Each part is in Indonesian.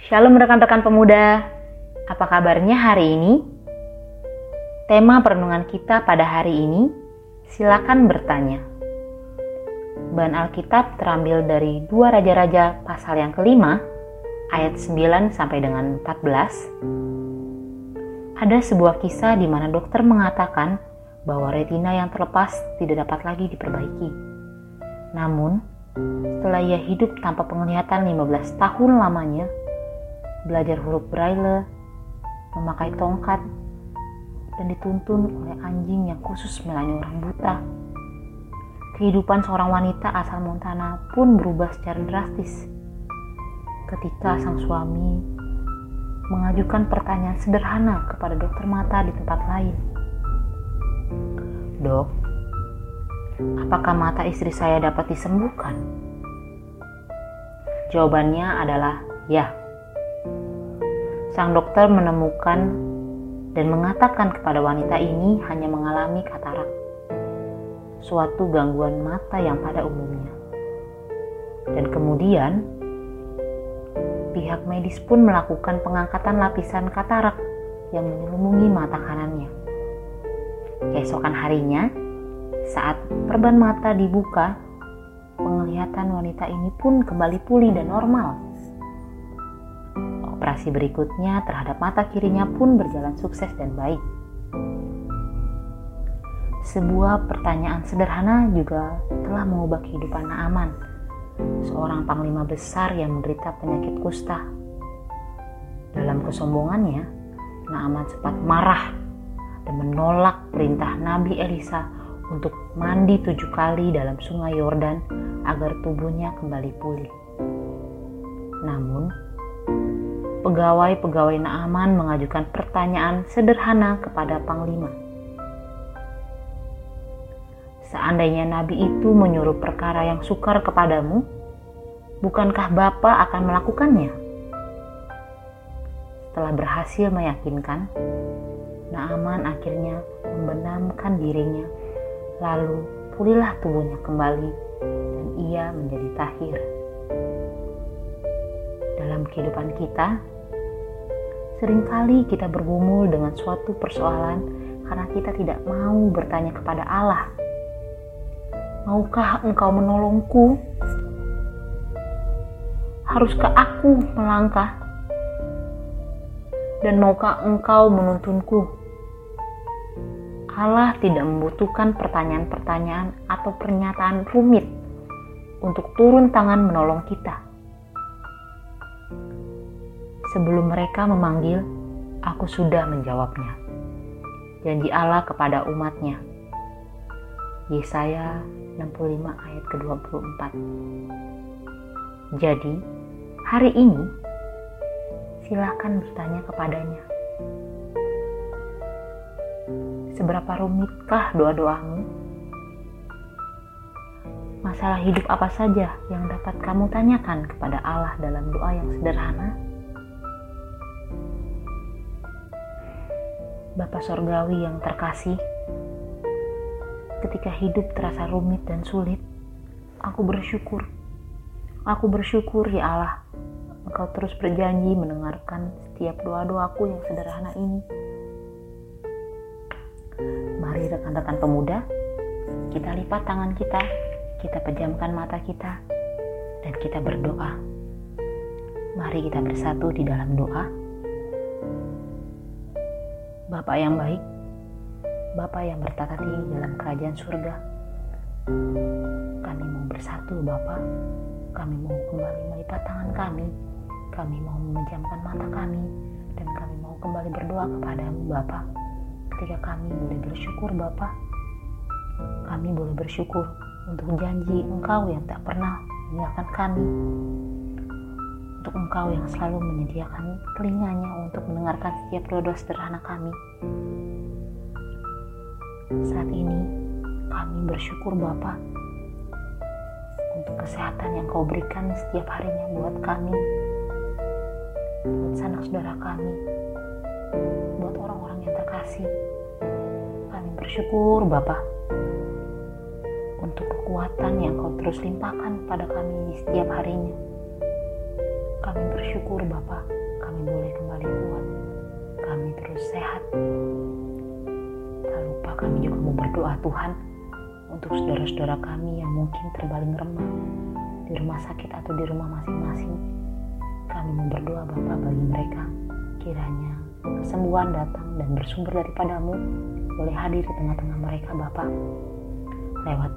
Shalom rekan-rekan pemuda, apa kabarnya hari ini? Tema perenungan kita pada hari ini, silakan bertanya. Bahan Alkitab terambil dari 2 Raja-Raja pasal yang kelima, ayat 9 sampai dengan 14. Ada sebuah kisah di mana dokter mengatakan bahwa retina yang terlepas tidak dapat lagi diperbaiki. Namun, setelah ia hidup tanpa penglihatan 15 tahun lamanya, belajar huruf braille, memakai tongkat, dan dituntun oleh anjing yang khusus melayani orang buta. Kehidupan seorang wanita asal Montana pun berubah secara drastis ketika sang suami mengajukan pertanyaan sederhana kepada dokter mata di tempat lain. "Dok, apakah mata istri saya dapat disembuhkan?" Jawabannya adalah ya. Sang dokter menemukan dan mengatakan kepada wanita ini hanya mengalami katarak, suatu gangguan mata yang pada umumnya. Dan kemudian, pihak medis pun melakukan pengangkatan lapisan katarak yang menyelimuti mata kanannya. Keesokan harinya, saat perban mata dibuka, penglihatan wanita ini pun kembali pulih dan normal. Operasi berikutnya terhadap mata kirinya pun berjalan sukses dan baik. Sebuah pertanyaan sederhana juga telah mengubah kehidupan Naaman, seorang panglima besar yang menderita penyakit kusta. Dalam kesombongannya, Naaman sempat marah dan menolak perintah Nabi Elisa untuk mandi 7 kali dalam sungai Yordan agar tubuhnya kembali pulih. Namun, pegawai-pegawai Naaman mengajukan pertanyaan sederhana kepada Panglima. "Seandainya Nabi itu menyuruh perkara yang sukar kepadamu, bukankah Bapa akan melakukannya?" Setelah berhasil meyakinkan, Naaman akhirnya membenamkan dirinya, lalu pulihlah tubuhnya kembali dan ia menjadi tahir. Dalam kehidupan kita, seringkali kita bergumul dengan suatu persoalan karena kita tidak mau bertanya kepada Allah, "Maukah Engkau menolongku? Haruskah aku melangkah? Dan maukah Engkau menuntunku?" Allah tidak membutuhkan pertanyaan-pertanyaan atau pernyataan rumit untuk turun tangan menolong kita. Sebelum mereka memanggil, aku sudah menjawabnya. Janji Allah kepada umatnya. Yesaya 65 ayat ke-24. Jadi, hari ini, silakan bertanya kepadanya. Seberapa rumitkah doa-doamu? Masalah hidup apa saja yang dapat kamu tanyakan kepada Allah dalam doa yang sederhana? Bapa Sorgawi yang terkasih, ketika hidup terasa rumit dan sulit, aku bersyukur. Aku bersyukur ya Allah, Engkau terus berjanji mendengarkan setiap doa-doaku yang sederhana ini. Mari rekan-rekan pemuda, kita lipat tangan kita pejamkan mata kita, dan kita berdoa. Mari kita bersatu di dalam doa. Bapa yang baik, Bapa yang bertata di dalam kerajaan surga, kami mau bersatu Bapa, kami mau kembali melipat tangan kami mau memejamkan mata kami, dan kami mau kembali berdoa kepadamu Bapa. Ketika kami boleh bersyukur Bapa, kami boleh bersyukur untuk janji Engkau yang tak pernah meninggalkan kami, untuk Engkau yang selalu menyediakan telinganya untuk mendengarkan setiap doa sederhana kami. Saat ini kami bersyukur Bapa untuk kesehatan yang Kau berikan setiap harinya buat kami, buat sanak saudara kami, buat orang-orang yang terkasih. Kami bersyukur Bapa untuk kekuatan yang Kau terus limpahkan pada kami di setiap harinya. Kami bersyukur Bapa kami boleh kembali kuat, kami terus sehat. Tak lupa kami juga mau berdoa Tuhan untuk saudara-saudara kami yang mungkin terbaring remah di rumah sakit atau di rumah masing-masing. Kami mau berdoa Bapa bagi mereka, kiranya kesembuhan datang dan bersumber daripadamu, boleh hadir di tengah-tengah mereka Bapa, lewat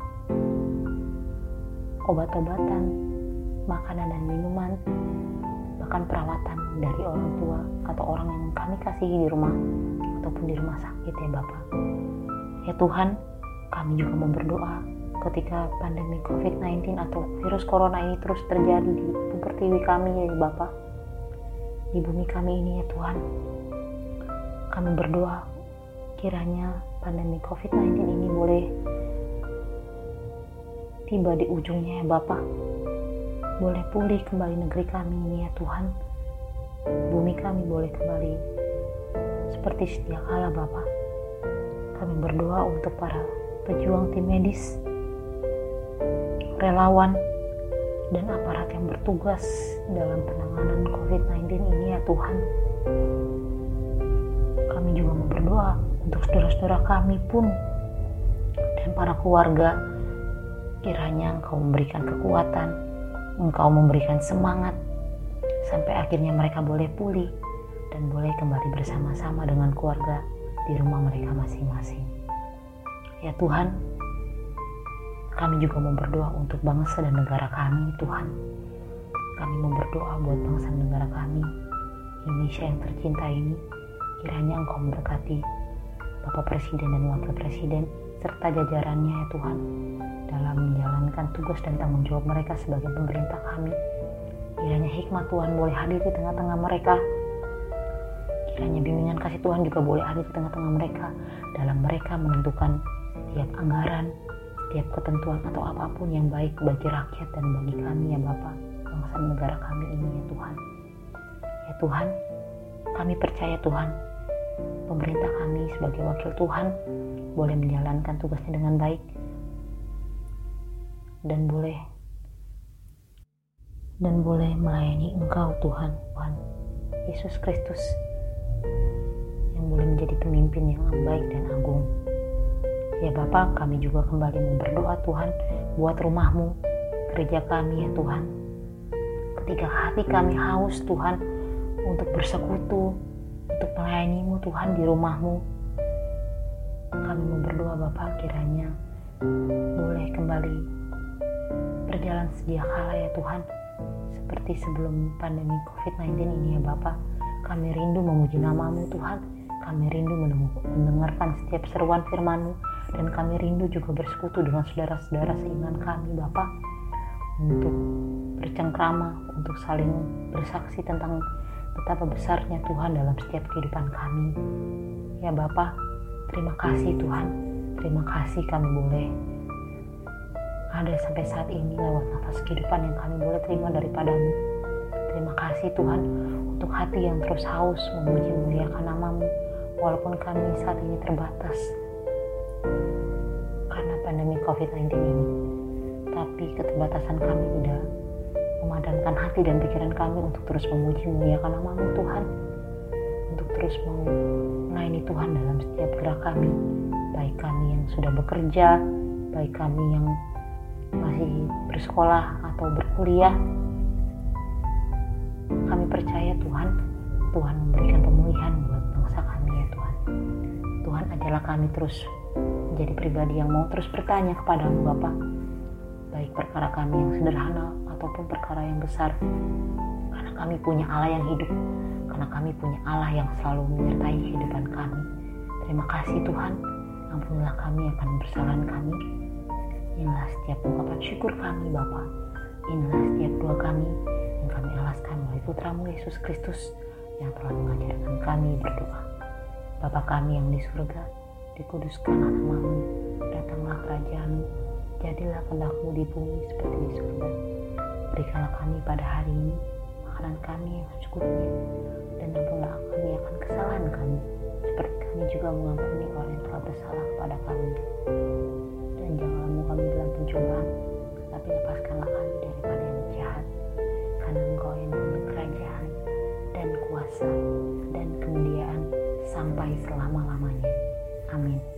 obat-obatan, makanan dan minuman, bahkan perawatan dari orang tua atau orang yang kami kasihi di rumah ataupun di rumah sakit ya Bapa. Ya Tuhan, kami juga mau berdoa ketika pandemi COVID-19 atau virus corona ini terus terjadi di ibu pertiwi kami ya Bapa, di bumi kami ini ya Tuhan. Kami berdoa kiranya pandemi COVID-19 ini boleh tiba di ujungnya ya Bapa. Boleh pulih kembali negeri kami ini ya Tuhan. Bumi kami boleh kembali seperti sedia kala Bapa. Kami berdoa untuk para pejuang tim medis, relawan, dan aparat yang bertugas dalam penanganan COVID-19 ini ya Tuhan. Kami juga mau berdoa untuk saudara-saudara kami pun dan para keluarga. Kiranya Engkau memberikan kekuatan, Engkau memberikan semangat, sampai akhirnya mereka boleh pulih dan boleh kembali bersama-sama dengan keluarga di rumah mereka masing-masing. Ya Tuhan, kami juga mau berdoa untuk bangsa dan negara kami Tuhan. Kami mau berdoa buat bangsa dan negara kami, Indonesia yang tercinta ini. Kiranya Engkau memberkati Bapak Presiden dan Wakil Presiden serta jajarannya ya Tuhan, dalam menjalankan tugas dan tanggung jawab mereka sebagai pemerintah kami. Kiranya hikmat Tuhan boleh hadir di tengah-tengah mereka. Kiranya bimbingan kasih Tuhan juga boleh hadir di tengah-tengah mereka dalam mereka menentukan setiap anggaran, setiap ketentuan atau apapun yang baik bagi rakyat dan bagi kami ya Bapa, bangsa dan negara kami ini ya Tuhan. Ya Tuhan, kami percaya Tuhan, pemerintah kami sebagai wakil Tuhan boleh menjalankan tugasnya dengan baik dan boleh melayani Engkau Tuhan Yesus Kristus yang boleh menjadi pemimpin yang baik dan agung. Ya Bapa, kami juga kembali mau berdoa Tuhan buat rumah-Mu, gereja kami ya Tuhan. Ketika hati kami haus Tuhan untuk bersekutu, untuk melayani-Mu Tuhan di rumah-Mu, kami mau berdoa Bapa kiranya boleh kembali berjalan sedia kala ya Tuhan, seperti sebelum pandemi COVID-19 ini ya Bapa. Kami rindu memuji nama-Mu Tuhan, kami rindu mendengarkan setiap seruan firman-Mu, dan kami rindu juga bersekutu dengan saudara-saudara seiman kami Bapa, untuk bercengkrama, untuk saling bersaksi tentang betapa besarnya Tuhan dalam setiap kehidupan kami. Ya Bapa, terima kasih Tuhan, terima kasih kami boleh ada sampai saat ini lewat nafas kehidupan yang kami boleh terima daripada-Mu. Terima kasih Tuhan untuk hati yang terus haus memuji memuliakan nama-Mu, walaupun kami saat ini terbatas karena pandemi COVID-19 ini. Tapi keterbatasan kami tidak memadamkan hati dan pikiran kami untuk terus memuji memuliakan nama-Mu Tuhan, untuk terus melayani Tuhan dalam setiap gerak kami, baik kami yang sudah bekerja, baik kami yang masih bersekolah atau berkuliah. Kami percaya Tuhan memberikan pemulihan buat bangsa kami ya Tuhan. Tuhan, ajarlah kami terus menjadi pribadi yang mau terus bertanya kepada-Mu Bapa, baik perkara kami yang sederhana ataupun perkara yang besar, karena kami punya Allah yang hidup, karena kami punya Allah yang selalu menyertai kehidupan kami. Terima kasih Tuhan, ampunilah kami akan kesalahan kami. Inilah setiap ungkapan syukur kami Bapa, inilah setiap doa kami yang kami alaskan melalui Putra-Mu Yesus Kristus yang telah mengajarkan kami berdoa. Bapa kami yang di surga, dikuduskanlah nama-Mu, datanglah kerajaan-Mu, jadilah kehendak-Mu di bumi seperti di surga. Berikanlah kami pada hari ini makanan kami yang secukupnya, dan ampunilah kami akan kesalahan kami, seperti kami juga mengampuni orang yang telah bersalah kepada kami. Dan janganlah kami dalam pencobaan, tapi lepaskanlah kami daripada yang jahat, karena Engkau yang memiliki kerajaan dan Amin.